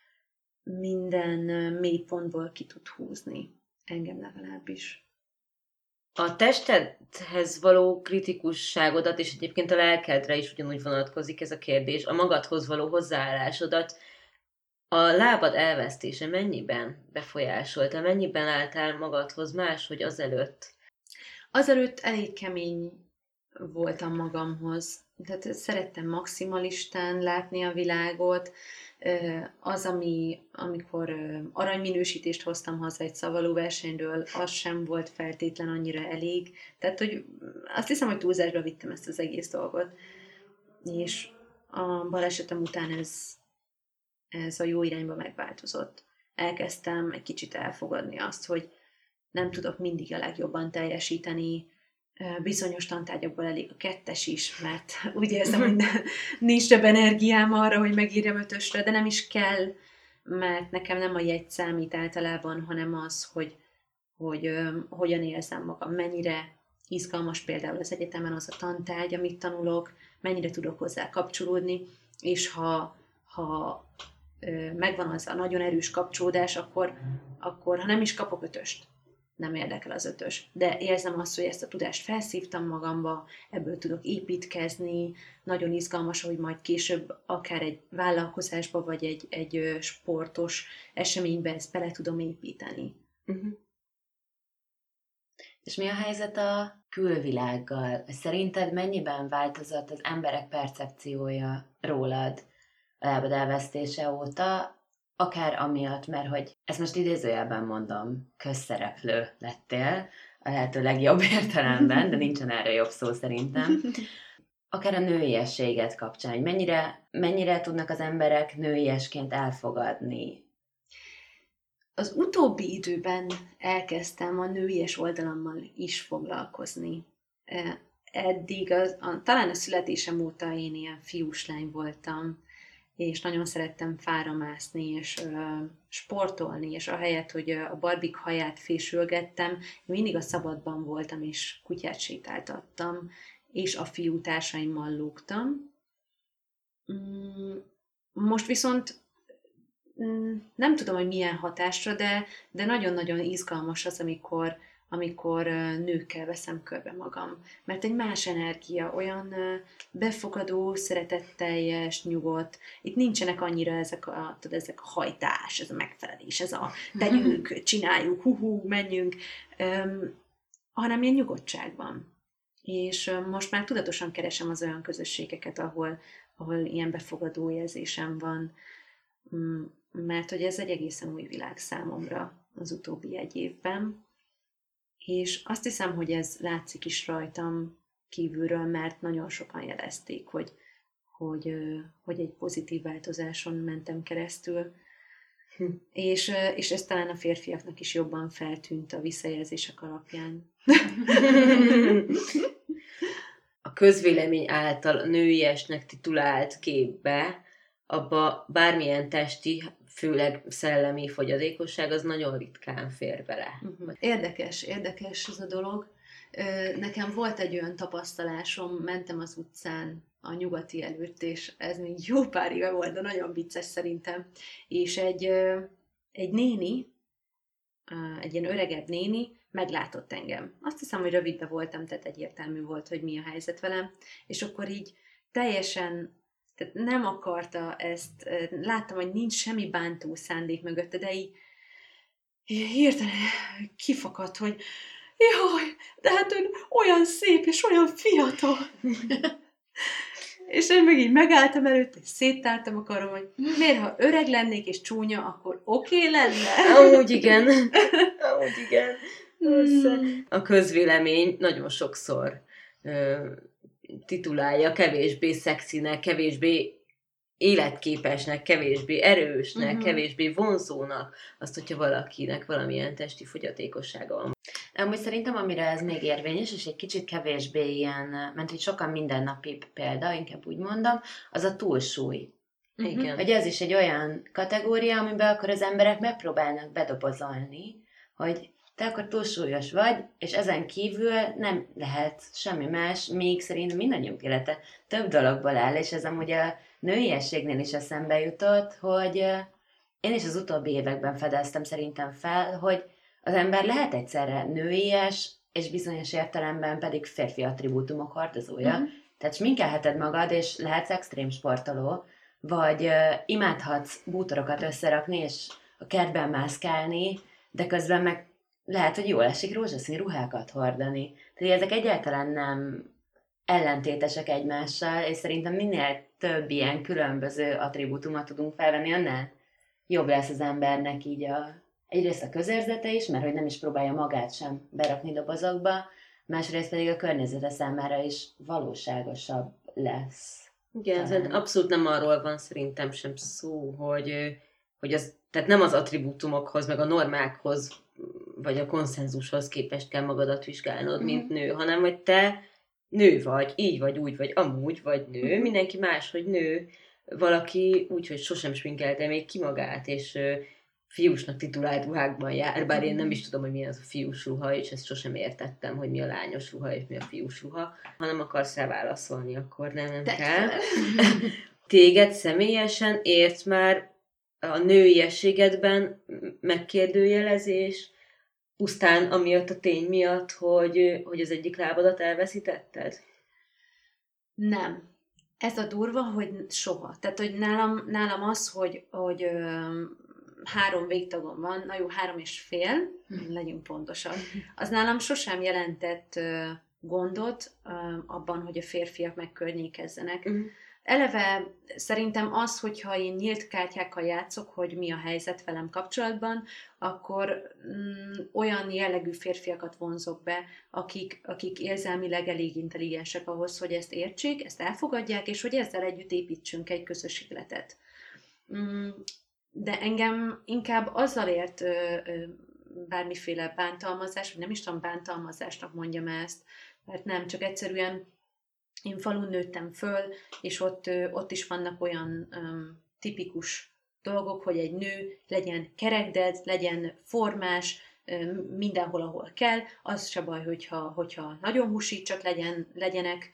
minden mélypontból ki tud húzni. Engem legalábbis. A testedhez való kritikusságodat, és egyébként a lelkedre is ugyanúgy vonatkozik ez a kérdés, a magadhoz való hozzáállásodat, a lábad elvesztése mennyiben befolyásolta, mennyiben álltál magadhoz máshogy azelőtt? Azelőtt elég kemény voltam magamhoz. Tehát szerettem maximalistán látni a világot. Az, ami, amikor aranyminősítést hoztam haza egy szavaló versenyről, az sem volt feltétlen annyira elég. Tehát, hogy azt hiszem, hogy túlzásba vittem ezt az egész dolgot. És a balesetem után ez, ez a jó irányba megváltozott. Elkezdtem egy kicsit elfogadni azt, hogy nem tudok mindig a legjobban teljesíteni, bizonyos tantárgyakból elég a kettes is, mert úgy érzem, hogy nincs több energiám arra, hogy megírjam ötösre, de nem is kell, mert nekem nem a jegy számít általában, hanem az, hogy, hogy ö, hogyan érzem magam, mennyire izgalmas például az egyetemen az a tantárgy, amit tanulok, mennyire tudok hozzá kapcsolódni, és ha, ha ö, megvan az a nagyon erős kapcsolódás, akkor, akkor ha nem is kapok ötöst, nem érdekel az ötös. De érzem azt, hogy ezt a tudást felszívtam magamba, ebből tudok építkezni, nagyon izgalmas, hogy majd később akár egy vállalkozásba, vagy egy, egy sportos eseménybe ezt bele tudom építeni. Uh-huh. És mi a helyzet a külvilággal? Szerinted mennyiben változott az emberek percepciója rólad a lábad elvesztése óta, akár amiatt, mert hogy ezt most idézőjelben mondom, közszereplő lettél, a lehető legjobb értelemben, de nincsen erre jobb szó szerintem. Akár a nőiességet kapcsán, hogy mennyire, mennyire tudnak az emberek nőiesként elfogadni? Az utóbbi időben elkezdtem a nőies oldalammal is foglalkozni. Eddig, az, a, talán a születésem óta én ilyen fiúslány voltam, és nagyon szerettem fára mászni, és ö, sportolni, és ahelyett, hogy a barbik haját fésülgettem, mindig a szabadban voltam, és kutyát sétáltattam, és a fiú társaimmal lógtam. Most viszont nem tudom, hogy milyen hatásra, de, de nagyon-nagyon izgalmas az, amikor, amikor nőkkel veszem körbe magam. Mert egy más energia, olyan befogadó, szeretetteljes, nyugodt. Itt nincsenek annyira ezek a, tudod, ezek a hajtás, ez a megfelelés, ez a tegyünk, csináljuk, hú-hú, menjünk, um, hanem ilyen nyugodtságban. És most már tudatosan keresem az olyan közösségeket, ahol, ahol ilyen befogadó érzésem van, mert hogy ez egy egészen új világ számomra az utóbbi egy évben. És azt hiszem, hogy ez látszik is rajtam kívülről, mert nagyon sokan jelezték, hogy, hogy, hogy egy pozitív változáson mentem keresztül. Hm. És, és ez talán a férfiaknak is jobban feltűnt a visszajelzések alapján. A közvélemény által nőiesnek titulált képbe, abba bármilyen testi, főleg szellemi fogyatékosság, az nagyon ritkán fér bele. Uh-huh. Érdekes, érdekes ez a dolog. Nekem volt egy olyan tapasztalásom, mentem az utcán a nyugati előtt, és ez még jó pár éve volt, de nagyon vicces szerintem. És egy, egy néni, egy ilyen öregebb néni meglátott engem. Azt hiszem, hogy rövidbe voltam, tehát egyértelmű volt, hogy mi a helyzet velem. És akkor így teljesen Tehát nem akarta ezt, láttam, hogy nincs semmi bántó szándék mögötte, de így hirtelen kifakadt, hogy jaj, de hát ön olyan szép és olyan fiatal. És én meg így megálltam előtt, és széttártam a karom, hogy miért, ha öreg lennék és csúnya, akkor oké okay lenne? Amúgy igen. Amúgy igen. Hmm. A közvélemény nagyon sokszor ö, titulálja kevésbé szexinek, kevésbé életképesnek, kevésbé erősnek, uh-huh. kevésbé vonzónak, azt, hogyha valakinek valamilyen testi fogyatékossága van. Amúgy szerintem, amire ez még érvényes, és egy kicsit kevésbé ilyen, mert hogy sokan mindennapi példa, inkább úgy mondom, az a túlsúly. Uh-huh. Igen. Hogy ez is egy olyan kategória, amiben akkor az emberek megpróbálnak bedobozolni, hogy te akkor túlsúlyos vagy, és ezen kívül nem lehet semmi más, még szerintem mindannyiunk élete több dologból áll, és ez amúgy a nőiességnél is eszembe jutott, hogy én is az utóbbi években fedeztem szerintem fel, hogy az ember lehet egyszerre nőies, és bizonyos értelemben pedig férfi attribútumok hordozója. Mm. Tehát sminkelheted magad, és lehetsz extrém sportoló, vagy uh, imádhatsz bútorokat összerakni, és a kertben mászkálni, de közben meg lehet, hogy jól esik rózsaszín ruhákat hordani. Tehát ezek egyáltalán nem ellentétesek egymással, és szerintem minél több ilyen különböző attribútumot tudunk felvenni, annál jobb lesz az embernek így a, egyrészt a közérzete is, mert hogy nem is próbálja magát sem berakni dobozokba, másrészt pedig a környezete számára is valóságosabb lesz. Igen, ez abszolút nem arról van szerintem sem szó, hogy, hogy az, tehát nem az attribútumokhoz, meg a normákhoz, vagy a konszenzushoz képest kell magadat vizsgálnod, mint mm. nő, hanem hogy te nő vagy, így vagy, úgy vagy, amúgy vagy nő, mm. mindenki más, hogy nő, valaki úgy, hogy sosem sminkelte még ki magát, és uh, fiúsnak titulált ruhákban jár, bár én nem is tudom, hogy mi az a fiús ruha, és ezt sosem értettem, hogy mi a lányos ruha, és mi a fiús ruha. Ha nem akarsz rá válaszolni, akkor nem, nem kell. Téged személyesen ért már a nőiességedben megkérdőjelezés, pusztán amiatt a tény miatt, hogy, hogy az egyik lábadat elveszítetted? Nem. Ez a durva, hogy soha. Tehát, hogy nálam, nálam az, hogy, hogy ö, három végtagom van, na jó, három és fél, legyünk pontosak, az nálam sosem jelentett ö, gondot ö, abban, hogy a férfiak megkörnyékezzenek. Uh-huh. Eleve szerintem az, hogyha én nyílt kártyákkal játszok, hogy mi a helyzet velem kapcsolatban, akkor mm, olyan jellegű férfiakat vonzok be, akik, akik érzelmileg elég intelligensek ahhoz, hogy ezt értsék, ezt elfogadják, és hogy ezzel együtt építsünk egy közös életet. Mm, de engem inkább azzal ért ö, ö, bármiféle bántalmazás, vagy nem is tudom, bántalmazásnak mondjam ezt, mert nem, csak egyszerűen én falun nőttem föl, és ott, ott is vannak olyan um, tipikus dolgok, hogy egy nő legyen kerekded, legyen formás, um, mindenhol, ahol kell. Az se baj, hogyha, hogyha nagyon húsít, csak legyen, legyenek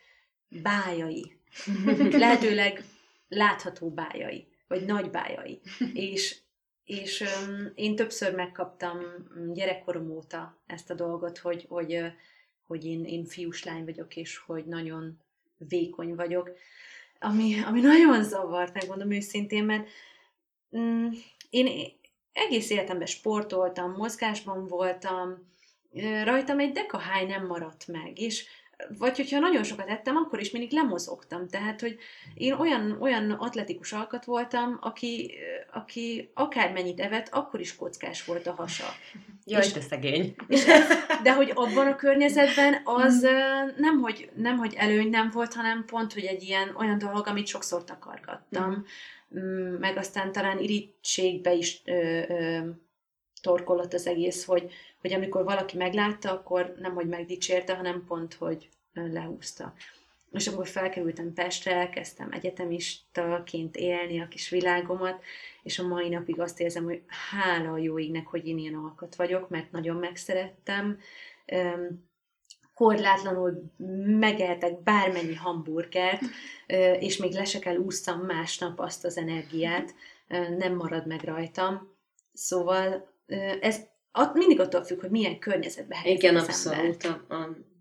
bájai. Lehetőleg látható bájai, vagy nagy bájai. és és um, én többször megkaptam gyerekkorom óta ezt a dolgot, hogy, hogy, hogy én, én fiúslány vagyok, és hogy nagyon vékony vagyok, ami, ami nagyon zavart, megmondom őszintén, mert mm, én egész életemben sportoltam, mozgásban voltam, rajtam egy dekaháj nem maradt meg, és vagy hogyha nagyon sokat ettem, akkor is mindig lemozogtam, tehát, hogy én olyan, olyan atletikus alkat voltam, aki, aki akármennyit evett, akkor is kockás volt a hasa. Jaj, te szegény. És ez, de hogy abban a környezetben az nem hogy, nem, hogy előny nem volt, hanem pont, hogy egy ilyen olyan dolog, amit sokszor takargattam, mm. meg aztán talán irítségbe is ö, ö, torkolott az egész, hogy, hogy amikor valaki meglátta, akkor nem, hogy megdicsérte, hanem pont, hogy lehúzta. És akkor felkerültem Pestre, elkezdtem egyetemistaként élni a kis világomat, és a mai napig azt érzem, hogy hála a jó égnek, hogy én ilyen alkat vagyok, mert nagyon megszerettem. Korlátlanul megeltek bármennyi hamburgert, és még le se kell ússzam másnap azt az energiát, nem marad meg rajtam. Szóval ez mindig attól függ, hogy milyen környezetben helyezem Igen, az abszolút. A, a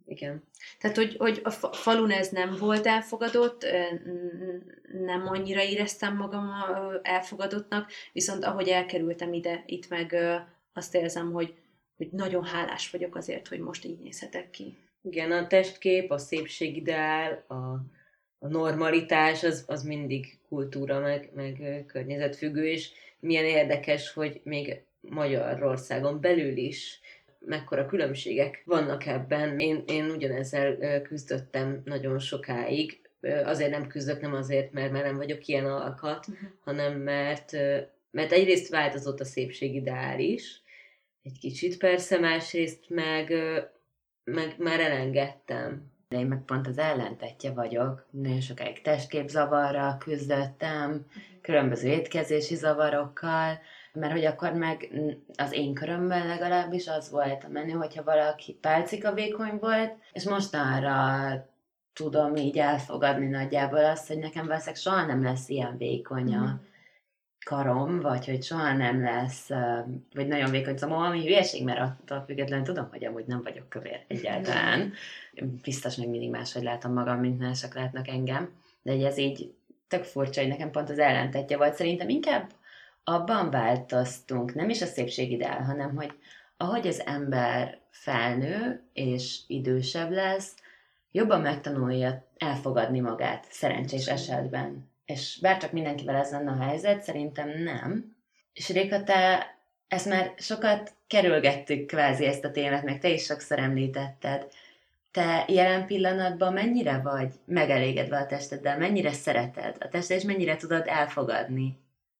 igen. Tehát, hogy, hogy a falun ez nem volt elfogadott, nem annyira éreztem magam elfogadottnak, viszont ahogy elkerültem ide, itt meg azt érzem, hogy, hogy nagyon hálás vagyok azért, hogy most így nézhetek ki. Igen, a testkép, a szépségideál, a, a normalitás, az, az mindig kultúra, meg, meg környezetfüggő, és milyen érdekes, hogy még Magyarországon belül is mekkora különbségek vannak ebben. Én, én ugyanezzel küzdöttem nagyon sokáig. Azért nem küzdök, nem azért, mert, mert nem vagyok ilyen alkat, uh-huh. hanem mert, mert egyrészt változott a szépségideál is, egy kicsit persze, másrészt meg, meg már elengedtem. Én meg pont az ellentetje vagyok. Nagyon sokáig testképzavarral küzdöttem, különböző étkezési zavarokkal, mert hogy akkor meg az én körömben legalábbis az volt a menő, hogyha valaki pálcika vékony volt, és mostanra tudom így elfogadni nagyjából azt, hogy nekem valószínűleg soha nem lesz ilyen vékony a karom, vagy hogy soha nem lesz, vagy nagyon vékony szomó, ami hülyeség, mert attól függetlenül tudom, hogy amúgy nem vagyok kövér egyáltalán. Biztos még mindig máshogy látom magam, mint mások látnak engem, de ez így tök furcsa, hogy nekem pont az ellentetje volt. Szerintem inkább abban változtunk, nem is a szépségideál, hanem hogy ahogy az ember felnő és idősebb lesz, jobban megtanulja elfogadni magát szerencsés esetben. És bárcsak mindenkivel ez lenne a helyzet, szerintem nem. És Réka, te ezt már sokat kerülgettük kvázi ezt a témát, meg te is sokszor említetted. Te jelen pillanatban mennyire vagy megelégedve a testeddel, mennyire szereted a tested, és mennyire tudod elfogadni?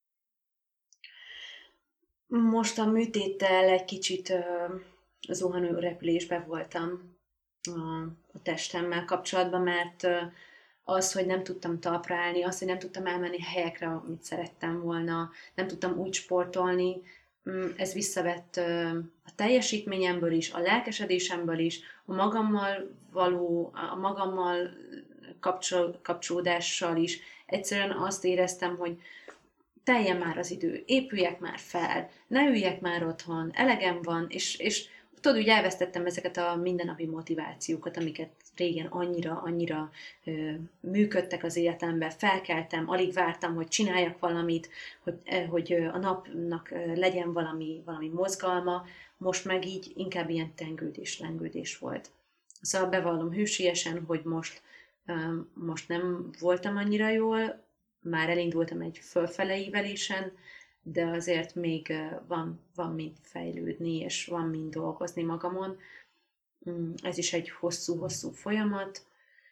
Most a műtéttel egy kicsit uh, zuhanó repülésben voltam uh, a testemmel kapcsolatban, mert uh, az, hogy nem tudtam talpra állni, az, hogy nem tudtam elmenni helyekre, amit szerettem volna, nem tudtam úgy sportolni, ez visszavett a teljesítményemből is, a lelkesedésemből is, a magammal való, a magammal kapcsol, kapcsolódással is. Egyszerűen azt éreztem, hogy teljen már az idő, épüljek már fel, ne üljek már otthon, elegem van, és, és tudod, úgy elvesztettem ezeket a mindennapi motivációkat, amiket régen annyira, annyira ö, működtek az életemben, felkeltem, alig vártam, hogy csináljak valamit, hogy, ö, hogy a napnak ö, legyen valami, valami mozgalma, most meg így inkább ilyen tengődés, lengődés volt. Szóval bevallom hűségesen, hogy most, ö, most nem voltam annyira jól, már elindultam egy fölfele ívelésen, de azért még van, van mind fejlődni, és van mind dolgozni magamon. Ez is egy hosszú-hosszú folyamat.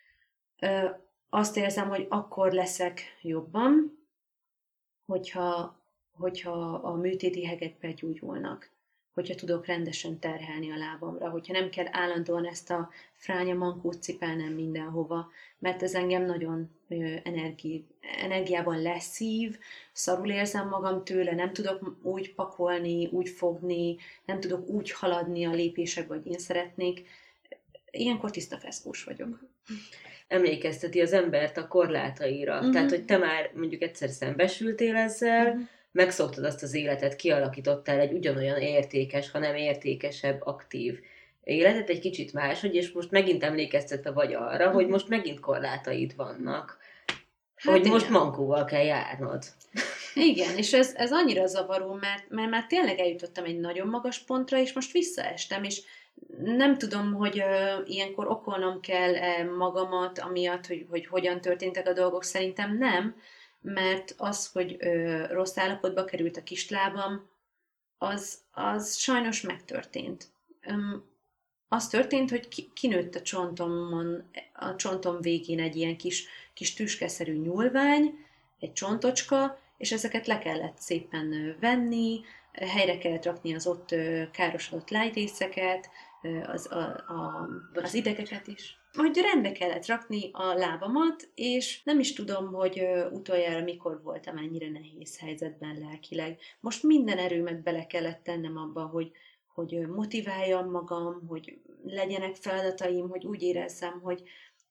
Azt érzem, hogy akkor leszek jobban, hogyha, hogyha a műtéti hegek begyógyulnak, hogyha tudok rendesen terhelni a lábamra, hogyha nem kell állandóan ezt a fránya mankót cipelnem mindenhova, mert ez engem nagyon energi, energiában leszív, szarul érzem magam tőle, nem tudok úgy pakolni, úgy fogni, nem tudok úgy haladni a lépésekbe, hogy én szeretnék. Ilyenkor tiszta feszkós vagyok. Emlékezteti az embert a korlátaira. Uh-huh. Tehát, hogy te már mondjuk egyszer szembesültél ezzel, uh-huh. megszoktad azt az életet, kialakítottál egy ugyanolyan értékes, ha nem értékesebb, aktív életet, egy kicsit máshogy, és most megint emlékeztetve vagy arra, uh-huh. hogy most megint korlátaid vannak. Hát hogy igen. Most mankóval kell járnod. Igen, és ez, ez annyira zavaró, mert, mert már tényleg eljutottam egy nagyon magas pontra, és most visszaestem, és nem tudom, hogy uh, ilyenkor okolnom kell uh, magamat, amiatt, hogy, hogy hogyan történtek a dolgok, szerintem nem, mert az, hogy uh, rossz állapotba került a kislábam, az, az sajnos megtörtént. Um, az történt, hogy ki, kinőtt a csontomon, a csontom végén egy ilyen kis, kis tüskeszerű nyúlvány, egy csontocska, és ezeket le kellett szépen venni, helyre kellett rakni az ott károsodott lájrészeket, az, a, a, az idegeket is. Hogy rendbe kellett rakni a lábamat, és nem is tudom, hogy utoljára mikor voltam ennyire nehéz helyzetben lelkileg. Most minden erőmet bele kellett tennem abba, hogy, hogy motiváljam magam, hogy legyenek feladataim, hogy úgy érezzem, hogy,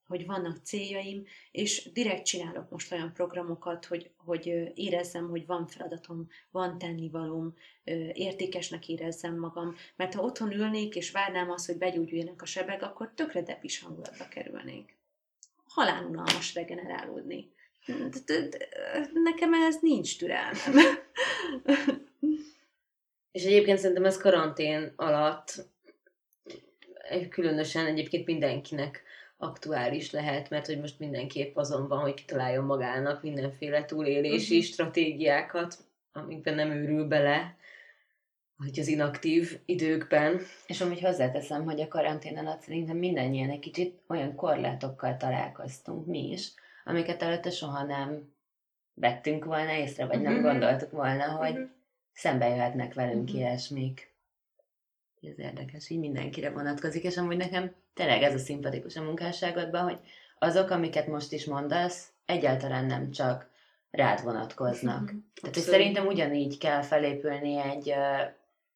hogy vannak céljaim, és direkt csinálok most olyan programokat, hogy, hogy érezzem, hogy van feladatom, van tennivalóm, értékesnek érezzem magam, mert ha otthon ülnék, és várnám azt, hogy begyógyuljanak a sebek, akkor tökre depis hangulatba kerülnék. Halálunalmas regenerálódni. Nekem ez nincs türelmem. És egyébként szerintem ez karantén alatt különösen egyébként mindenkinek aktuális lehet, mert hogy most mindenképp azon van, hogy kitaláljon magának mindenféle túlélési uh-huh. stratégiákat, amikben nem őrül bele, hogy az inaktív időkben. És amúgy hozzáteszem, hogy a karantén alatt szerintem mindannyian egy kicsit olyan korlátokkal találkoztunk mi is, amiket előtte soha nem vettünk volna észre, vagy uh-huh. nem gondoltuk volna, hogy uh-huh. szembe jöhetnek velünk uh-huh. ilyesmik. Ez érdekes, így mindenkire vonatkozik, és amúgy nekem tényleg ez a szimpatikus a munkásságodban, hogy azok, amiket most is mondasz, egyáltalán nem csak rád vonatkoznak. Uh-huh. Tehát, hogy szerintem ugyanígy kell felépülni egy uh,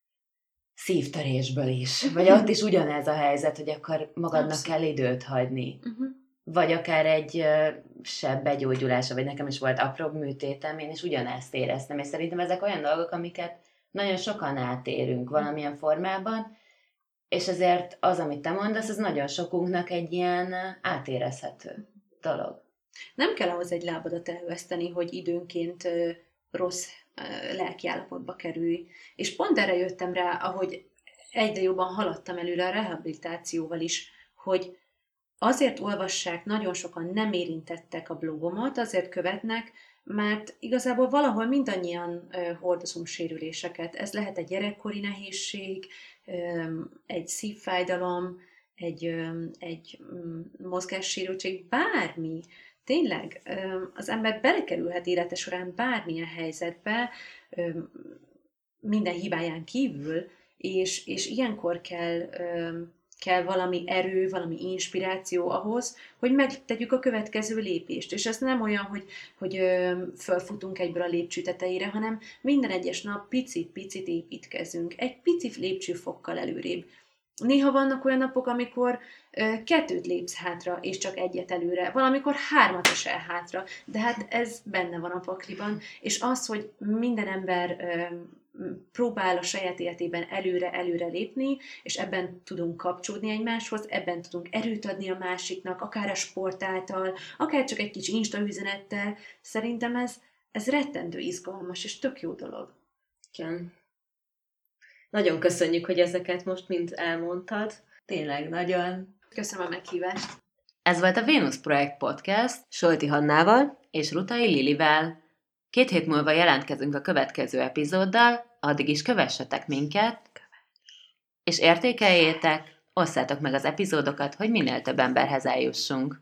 szívtörésből is. Vagy ott is ugyanez a helyzet, hogy akkor magadnak Abszolút. Kell időt hagyni. Uh-huh. Vagy akár egy uh, sebb begyógyulása, vagy nekem is volt apróbb műtétem, én is ugyanezt éreztem, és szerintem ezek olyan dolgok, amiket nagyon sokan átérünk valamilyen formában, és ezért az, amit te mondasz, az nagyon sokunknak egy ilyen átérezhető dolog. Nem kell ahhoz egy lábadat elveszteni, hogy időnként uh, rossz uh, lelkiállapotba kerülj. És pont erre jöttem rá, ahogy egyre jobban haladtam előre a rehabilitációval is, hogy azért olvassák, nagyon sokan nem érintettek a blogomat, azért követnek, mert igazából valahol mindannyian uh, hordozunk sérüléseket. Ez lehet egy gyerekkori nehézség, um, egy szívfájdalom, egy, um, egy um, mozgássérültség, bármi. Tényleg, um, az ember belekerülhet élete során bármilyen helyzetbe, um, minden hibáján kívül, és, és ilyenkor kell... Um, kell valami erő, valami inspiráció ahhoz, hogy megtegyük a következő lépést. És ez nem olyan, hogy, hogy ö, fölfutunk egyből a lépcső tetejére, hanem minden egyes nap picit-picit építkezünk. Egy pici lépcsőfokkal előrébb. Néha vannak olyan napok, amikor ö, kettőt lépsz hátra, és csak egyet előre. Valamikor hármat is el hátra. De hát ez benne van a pakliban. És az, hogy minden ember... Ö, próbál a saját életében előre-előre lépni, és ebben tudunk kapcsolódni egymáshoz, ebben tudunk erőt adni a másiknak, akár a sport által, akár csak egy kicsi Insta üzenettel. Szerintem ez, ez rettentő izgalmas, és tök jó dolog. Igen. Nagyon köszönjük, hogy ezeket most mind elmondtad. Tényleg, nagyon. Köszönöm a meghívást. Ez volt a Vénusz Projekt Podcast Solti Hannával és Rutai Lilivel. Két hét múlva jelentkezünk a következő epizóddal, addig is kövessetek minket, és értékeljétek, osszátok meg az epizódokat, hogy minél több emberhez eljussunk.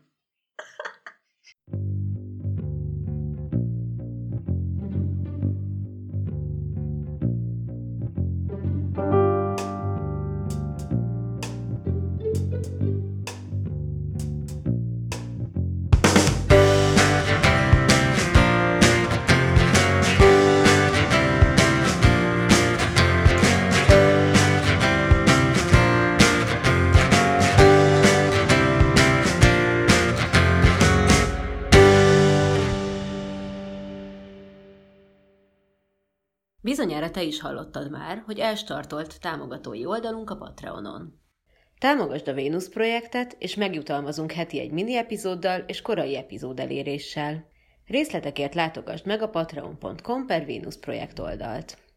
Bizonyára te is hallottad már, hogy elstartolt támogatói oldalunk a Patreonon. Támogasd a Vénusz projektet, és megjutalmazunk heti egy mini epizóddal és korai epizód eléréssel. Részletekért látogasd meg a patreon pont com per Vénusz projekt oldalt.